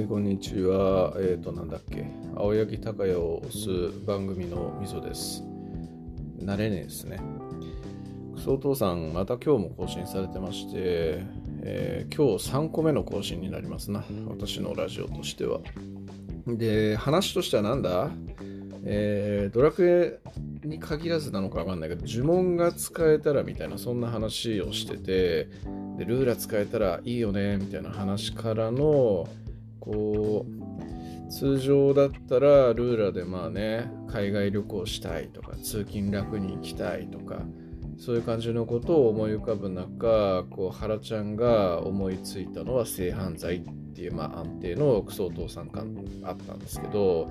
こんにちは。なんだっけ。青柳高也を推す番組のみそです。慣れねえですね。クソお父さん、また今日も更新されてまして、今日3個目の更新になりますな。私のラジオとしては。で、話としてはなんだ？ドラクエに限らずなのかわかんないけど、呪文が使えたらみたいな、そんな話をしてて、でルーラ使えたらいいよねみたいな話からの、こう通常だったらルーラでまあね、海外旅行したいとか通勤楽に行きたいとか、そういう感じのことを思い浮かぶ中、こう原ちゃんが思いついたのは性犯罪っていう、まあ安定のクソお父さん感あったんですけど、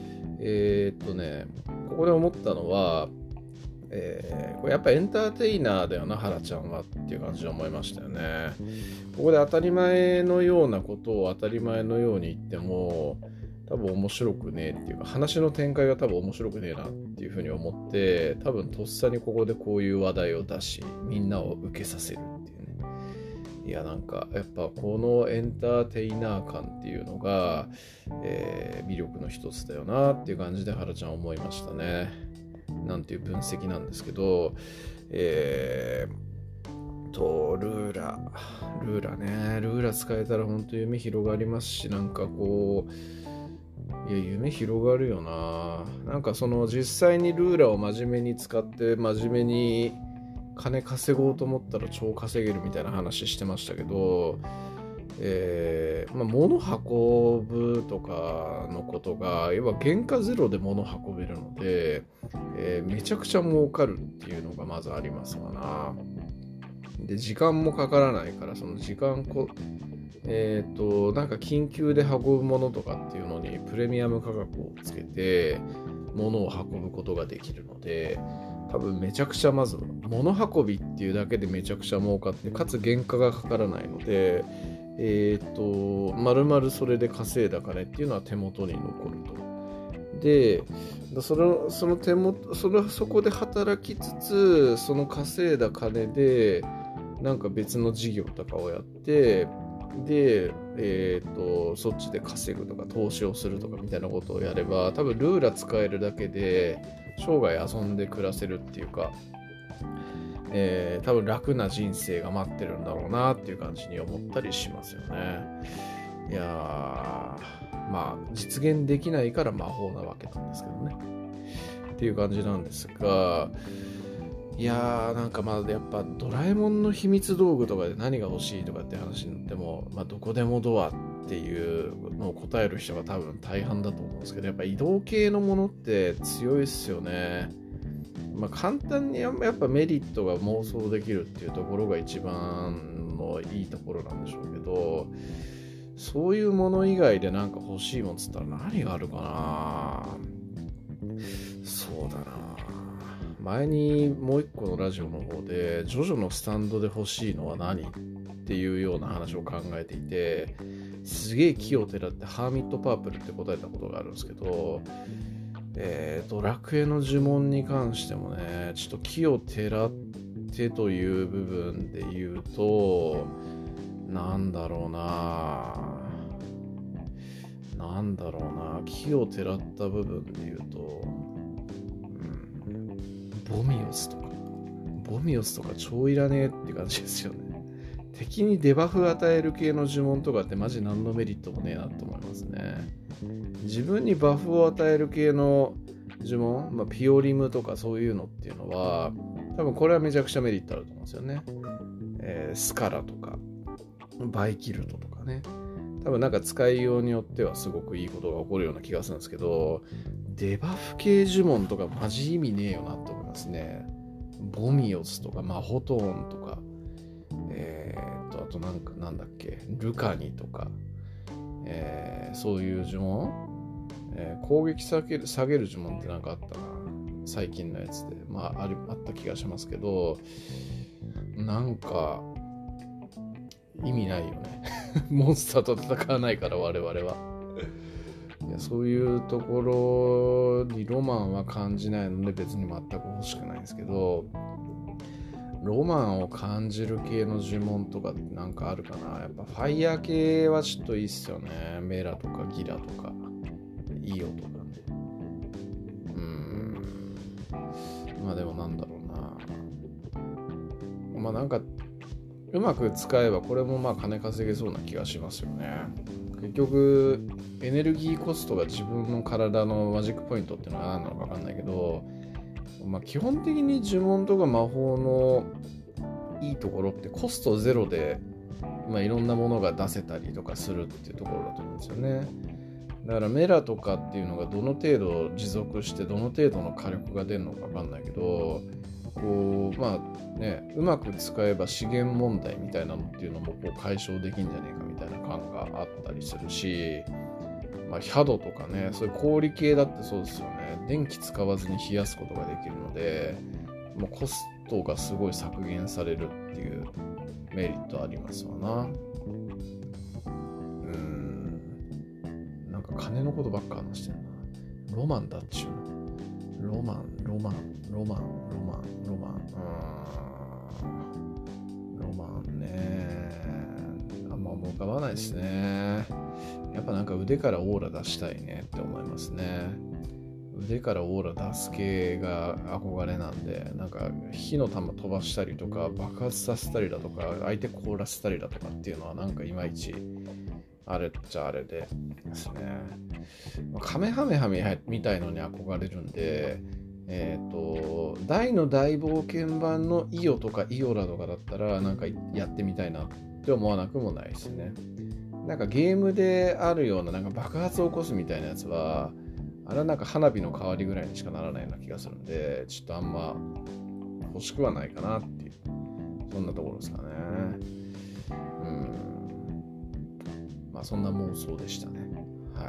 ここで思ったのは、これやっぱエンターテイナーだよな、原ちゃんはっていう感じで思いましたよね。ここで当たり前のようなことを当たり前のように言っても多分面白くねえっていうか、話の展開が多分面白くねえなっていうふうに思って、多分とっさにここでこういう話題を出し、みんなを受けさせるっていうね。いや、なんかやっぱこのエンターテイナー感っていうのが、魅力の一つだよなっていう感じで原ちゃん思いましたね。なんていう分析なんですけど、ルーラ使えたら本当夢広がりますし、なんかこう、いや夢広がるよな。なんかその実際にルーラを真面目に使って真面目に金稼ごうと思ったら超稼げるみたいな話してましたけど、物運ぶとかのことが要は原価ゼロで物運べるので、めちゃくちゃ儲かるっていうのがまずありますわな。で時間もかからないから、その時間なんか緊急で運ぶものとかっていうのにプレミアム価格をつけて物を運ぶことができるので、多分めちゃくちゃまず物運びっていうだけでめちゃくちゃ儲かって、かつ原価がかからないので、丸々それで稼いだ金っていうのは手元に残ると。で、そこで働きつつ、その稼いだ金でなんか別の事業とかをやって、で、そっちで稼ぐとか投資をするとかみたいなことをやれば、多分ルーラ使えるだけで生涯遊んで暮らせるっていうか、多分楽な人生が待ってるんだろうなっていう感じに思ったりしますよね。いやー、まあ実現できないから魔法なわけなんですけどねっていう感じなんですが、いやー、なんかまあやっぱドラえもんの秘密道具とかで何が欲しいとかって話になっても、どこでもドアっていうのを答える人が多分大半だと思うんですけど、やっぱ移動系のものって強いっすよね。簡単にやっぱメリットが妄想できるっていうところが一番のいいところなんでしょうけど、そういうもの以外でなんか欲しいもんっつったら何があるかな。そうだな、前にもう一個のラジオの方でジョジョのスタンドで欲しいのは何っていうような話を考えていて、すげえ木をてらってハーミットパープルって答えたことがあるんですけど、ドラクエの呪文に関してもね、ちょっと木をてらってという部分で言うと、なんだろうな、木をてらった部分で言うと、ボミオスとか超いらねえって感じですよね。敵にデバフ与える系の呪文とかってマジ何のメリットもねえなと思いますね。自分にバフを与える系の呪文、ピオリムとかそういうのっていうのは多分これはめちゃくちゃメリットあると思うんですよね。スカラとかバイキルトとかね、多分なんか使いようによってはすごくいいことが起こるような気がするんですけど、デバフ系呪文とかマジ意味ねえよなと思いますね。ボミオスとかマホトーンとか、あとなんだっけ、ルカニとか、そういう呪文、攻撃下げる呪文ってなんかあったな、最近のやつで。あった気がしますけど、なんか意味ないよね。モンスターと戦わないから我々は。いや、そういうところにロマンは感じないので別に全く欲しくないんですけど、 ロマンを感じる系の呪文とかってなんかあるかな。やっぱファイヤー系はちょっといいっすよね。メラとかギラとかイオとかね。まあでもなんだろうな。まあなんかうまく使えばこれもまあ金稼げそうな気がしますよね。結局エネルギーコストが自分の体のマジックポイントっていうのは何なのか分かんないけど、まあ、基本的に呪文とか魔法のいいところってコストゼロで、まあ、いろんなものが出せたりとかするっていうところだと思うんですよね。だからメラとかっていうのがどの程度持続してどの程度の火力が出るのか分かんないけど、こうまあね、うまく使えば資源問題みたいなのっていうのもこう解消できんじゃねえかみたいな感があったりするし、まあ、100度とかね、そういう氷系だってそうですよね。電気使わずに冷やすことができるので、もうコストがすごい削減されるっていうメリットありますわな。なんか金のことばっか話してんな。ロマンだっちゅうの。ロマンね。あんま思い浮かばないですね。やっぱなんか腕からオーラ出したいねって思いますね。腕からオーラ出す系が憧れなんで、なんか火の玉飛ばしたりとか爆発させたりだとか相手凍らせたりだとかっていうのはなんかいまいちあれっちゃあれでですね。カメハメハメみたいのに憧れるんで、大の大冒険版のイオとかイオラとかだったらなんかやってみたいなって思わなくもないですね。なんかゲームであるようななんか爆発を起こすみたいなやつはあれはなんか花火の代わりぐらいにしかならないような気がするんで、ちょっとあんま欲しくはないかなっていう、そんなところですかね。まあそんな妄想でしたね。はい。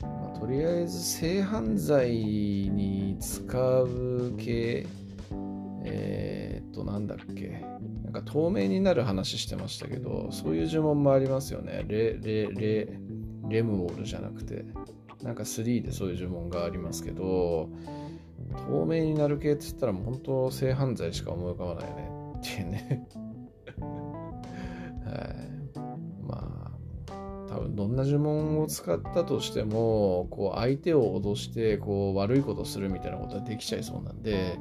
まあ、とりあえず性犯罪に使う系、なんだっけ、なんか透明になる話してましたけど、そういう呪文もありますよね。レムオールじゃなくて、なんか3でそういう呪文がありますけど、透明になる系って言ったらもう本当性犯罪しか思い浮かばないよねっていうね。はい。まあ多分どんな呪文を使ったとしてもこう相手を脅してこう悪いことするみたいなことはできちゃいそうなんで、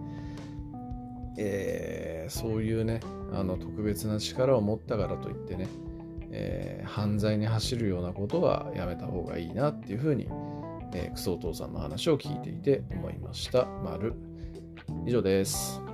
そういうね特別な力を持ったからといってね、犯罪に走るようなことはやめた方がいいなっていうふうに、クソお父さんの話を聞いていて思いました。以上です。